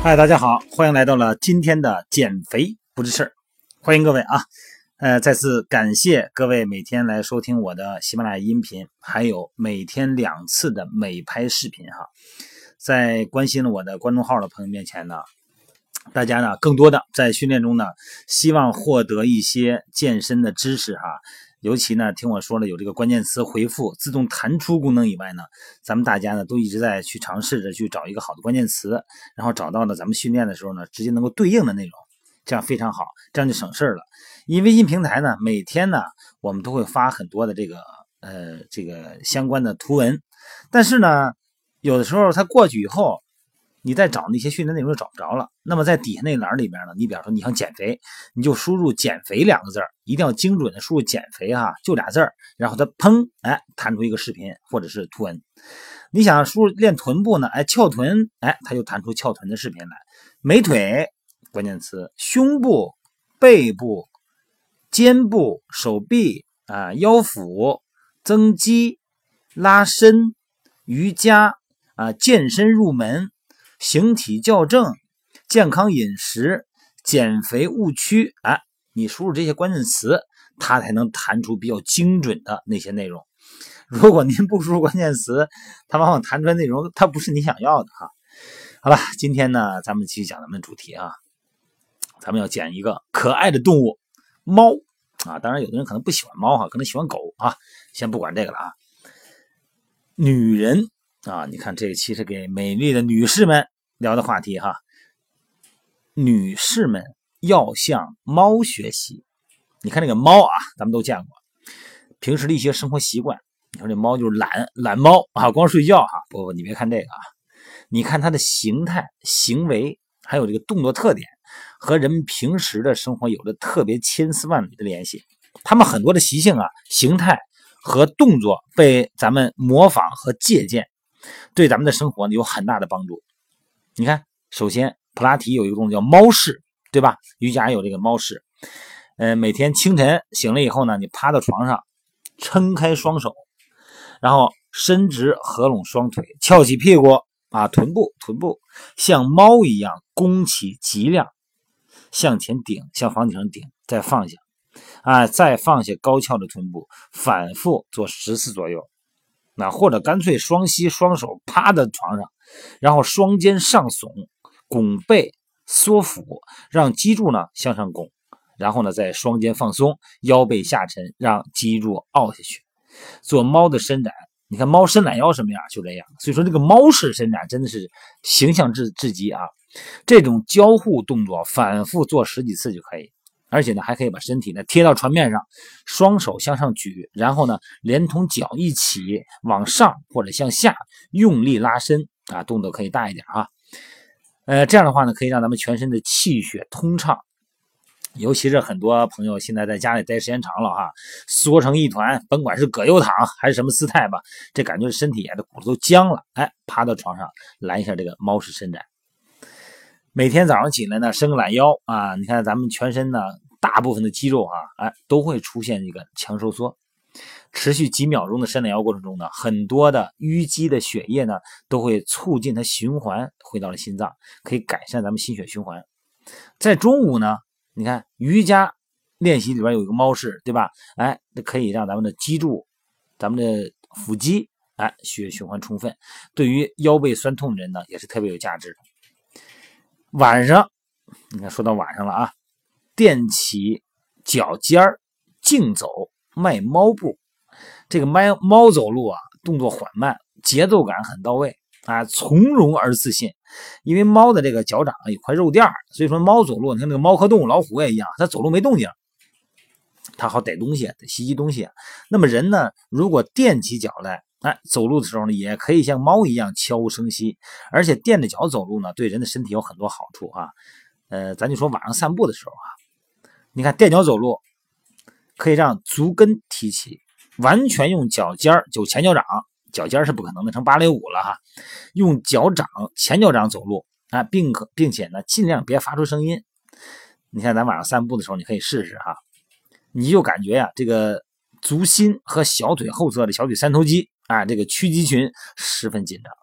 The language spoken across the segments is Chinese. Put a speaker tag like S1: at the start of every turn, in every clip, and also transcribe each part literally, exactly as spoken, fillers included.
S1: 嗨，大家好，欢迎来到了今天的减肥不是事儿，欢迎各位啊！呃，再次感谢各位每天来收听我的喜马拉雅音频，还有每天两次的美拍视频哈。在关心了我的公众号的朋友面前呢，大家呢更多的在训练中呢，希望获得一些健身的知识哈。尤其呢，听我说了有这个关键词回复自动弹出功能以外呢，咱们大家呢都一直在去尝试着去找一个好的关键词，然后找到了咱们训练的时候呢，直接能够对应的内容，这样非常好，这样就省事了。因为微信平台呢，每天呢我们都会发很多的这个呃这个相关的图文，但是呢，有的时候它过去以后，你再找那些训练内容就找不着了。那么在底下那栏里边呢，你比方说你想减肥，你就输入减肥两个字，一定要精准的输入减肥哈，就俩字，然后它砰，哎，弹出一个视频或者是图文。你想输入练臀部呢，哎，翘臀，哎，它就弹出翘臀的视频来。美腿关键词，胸部、背部、肩部、手臂啊、腰腹、增肌、拉伸、瑜伽啊、健身入门、形体校正、健康饮食、减肥误区，哎，你输入这些关键词，它才能弹出比较精准的那些内容。如果您不输入关键词，它往往弹出来内容，它不是你想要的哈。好了，今天呢，咱们继续讲咱们的主题啊，咱们要讲一个可爱的动物，猫啊。当然，有的人可能不喜欢猫哈，可能喜欢狗啊，先不管这个了啊。女人啊，你看这个其实给美丽的女士们聊的话题哈。女士们要向猫学习。你看这个猫啊，咱们都见过，平时的一些生活习惯。你说这猫就是懒懒猫啊，光睡觉哈。不不，你别看这个啊，你看它的形态、行为，还有这个动作特点，和人们平时的生活有着特别千丝万缕的联系。它们很多的习性啊、形态和动作被咱们模仿和借鉴，对咱们的生活呢有很大的帮助。你看，首先普拉提有一个动作叫猫式，对吧？瑜伽有这个猫式。呃，每天清晨醒了以后呢，你趴到床上，撑开双手，然后伸直合拢双腿，翘起屁股啊，臀部臀部像猫一样弓起脊梁，向前顶，向房顶上顶，再放下啊，再放下高翘的臀部，反复做十次左右。那或者干脆双膝双手趴在床上，然后双肩上耸，拱背缩腹，让脊柱呢向上拱，然后呢再双肩放松，腰背下沉，让脊柱凹下去。做猫的伸展，你看猫伸懒腰什么样，就这样。所以说这个猫式伸展真的是形象至至极啊！这种交互动作反复做十几次就可以，而且呢还可以把身体呢贴到床面上，双手向上举，然后呢连同脚一起往上或者向下用力拉伸啊，动作可以大一点啊。呃，这样的话呢可以让咱们全身的气血通畅。尤其是很多朋友现在在家里待时间长了哈，缩成一团，甭管是葛优躺还是什么姿态吧，这感觉身体啊，这骨头都僵了。哎，趴到床上来一下这个猫式伸展。每天早上起来呢，伸个懒腰啊，你看咱们全身呢大部分的肌肉啊，哎都会出现一个强收缩。持续几秒钟的伸懒腰过程中呢，很多的淤积的血液呢都会促进它循环回到了心脏，可以改善咱们心血循环。在中午呢，你看瑜伽练习里边有一个猫式，对吧？哎，可以让咱们的脊柱、咱们的腹肌，哎，血液循环充分，对于腰背酸痛的人呢也是特别有价值的。晚上，你看说到晚上了啊，垫起脚尖儿，竞走迈猫步。这个迈猫走路啊，动作缓慢，节奏感很到位啊，从容而自信。因为猫的这个脚掌有块肉垫，所以说猫走路，你看那个猫科动物老虎也一样，它走路没动静，它好逮东西，得袭击东西。那么人呢，如果垫起脚来，哎，走路的时候呢，也可以像猫一样悄无声息，而且垫着脚走路呢，对人的身体有很多好处啊。呃，咱就说晚上散步的时候啊，你看垫脚走路，可以让足跟提起，完全用脚尖儿，就前脚掌，脚尖是不可能的，成芭蕾舞了哈。用脚掌、前脚掌走路啊，并可并且呢，尽量别发出声音。你看咱晚上散步的时候，你可以试试哈，你就感觉呀、啊，这个足心和小腿后侧的小腿三头肌啊，这个屈肌群十分紧张。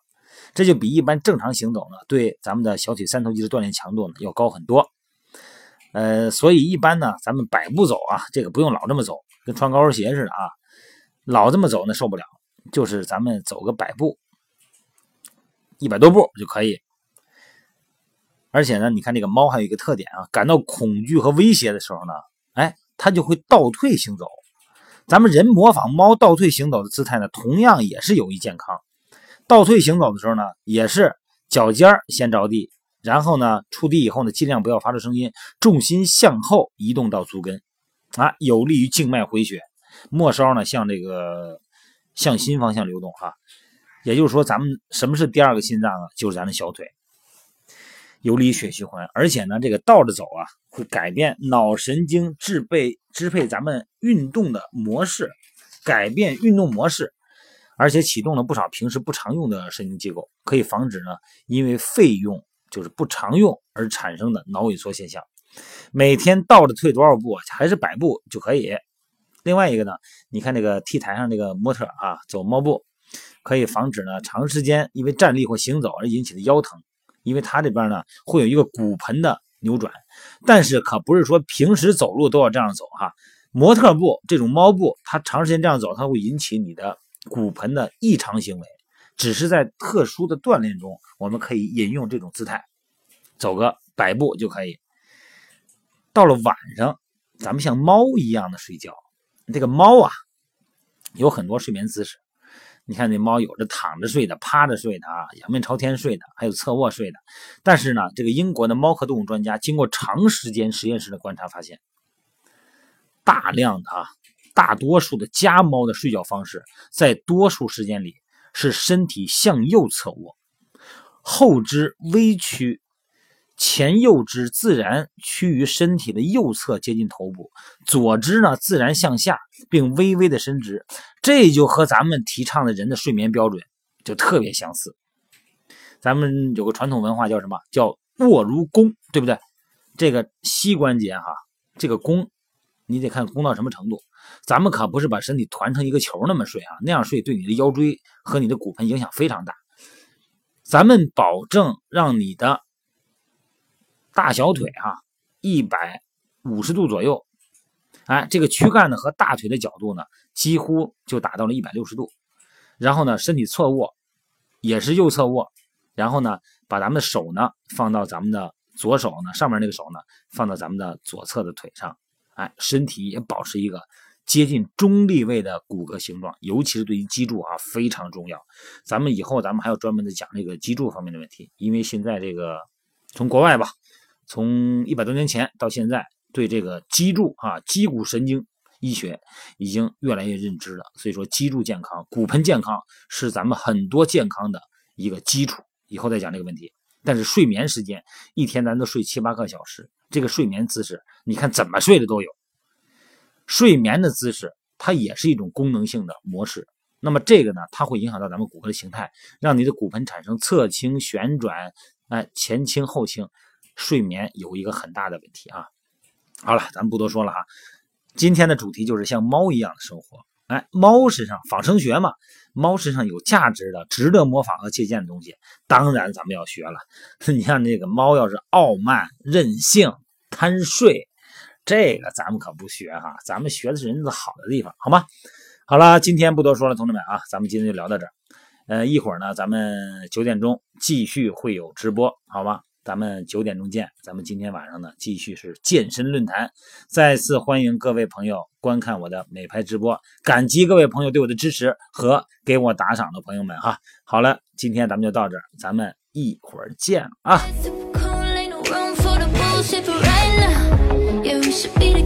S1: 这就比一般正常行走呢，对咱们的小腿三头肌的锻炼强度呢要高很多。呃，所以一般呢，咱们百步走啊，这个不用老这么走，跟穿高跟鞋似的啊，老这么走呢受不了，就是咱们走个百步，一百多步就可以。而且呢，你看这个猫还有一个特点啊，感到恐惧和威胁的时候呢，哎，它就会倒退行走。咱们人模仿猫倒退行走的姿态呢，同样也是有益健康。倒退行走的时候呢，也是脚尖先着地，然后呢，触地以后呢，尽量不要发出声音，重心向后移动到足跟，啊，有利于静脉回血，末梢呢向这个向心方向流动哈。也就是说，咱们什么是第二个心脏啊？就是咱的小腿，有利于血循环。而且呢，这个倒着走啊，会改变脑神经支配支配咱们运动的模式，改变运动模式。而且启动了不少平时不常用的神经机构，可以防止呢因为费用就是不常用而产生的脑萎缩现象。每天倒着退多少步还是百步就可以。另外一个呢，你看这个 T 台上这个模特啊，走猫步，可以防止呢长时间因为站立或行走而引起的腰疼，因为它这边呢会有一个骨盆的扭转，但是可不是说平时走路都要这样走哈。模特步这种猫步，它长时间这样走，它会引起你的骨盆的异常行为，只是在特殊的锻炼中，我们可以引用这种姿态，走个百步就可以。到了晚上，咱们像猫一样的睡觉。这个猫啊，有很多睡眠姿势。你看那猫有着躺着睡的、趴着睡的啊，仰面朝天睡的，还有侧卧睡的。但是呢，这个英国的猫科动物专家经过长时间实验室的观察发现，大量的啊。大多数的家猫的睡觉方式，在多数时间里是身体向右侧卧，后肢微屈，前右肢自然趋于身体的右侧接近头部，左肢呢自然向下，并微微的伸直。这就和咱们提倡的人的睡眠标准就特别相似。咱们有个传统文化叫什么？叫卧如弓，对不对？这个膝关节哈，这个弓你得看弓到什么程度。咱们可不是把身体团成一个球那么睡啊，那样睡对你的腰椎和你的骨盆影响非常大。咱们保证让你的大小腿啊一百五十度左右，哎，这个躯干呢和大腿的角度呢几乎就达到了一百六十度。然后呢，身体侧卧也是右侧卧，然后呢把咱们的手呢放到咱们的左手呢上面那个手呢放到咱们的左侧的腿上，哎，身体也保持一个接近中立位的骨骼形状，尤其是对于脊柱啊非常重要。咱们以后咱们还要专门的讲这个脊柱方面的问题，因为现在这个从国外吧，从一百多年前到现在，对这个脊柱啊脊骨神经医学已经越来越认知了。所以说脊柱健康、骨盆健康是咱们很多健康的一个基础。以后再讲这个问题。但是睡眠时间，一天咱都睡七八个小时，这个睡眠姿势，你看怎么睡的都有。睡眠的姿势它也是一种功能性的模式，那么这个呢它会影响到咱们骨骼的形态，让你的骨盆产生侧倾旋转，哎，前倾后倾，睡眠有一个很大的问题啊。好了，咱们不多说了哈，今天的主题就是像猫一样的生活。哎，猫身上仿生学嘛，猫身上有价值的值得模仿和借鉴的东西当然咱们要学了。你看这个猫要是傲慢任性贪睡，这个咱们可不学哈，咱们学的是人家好的地方，好吗？好了，今天不多说了，同志们啊，咱们今天就聊到这儿。呃，一会儿呢，咱们九点钟继续会有直播，好吗？咱们九点钟见。咱们今天晚上呢，继续是健身论坛。再次欢迎各位朋友观看我的美拍直播，感激各位朋友对我的支持和给我打赏的朋友们哈。好了，今天咱们就到这儿，咱们一会儿见啊。Yeah, we should be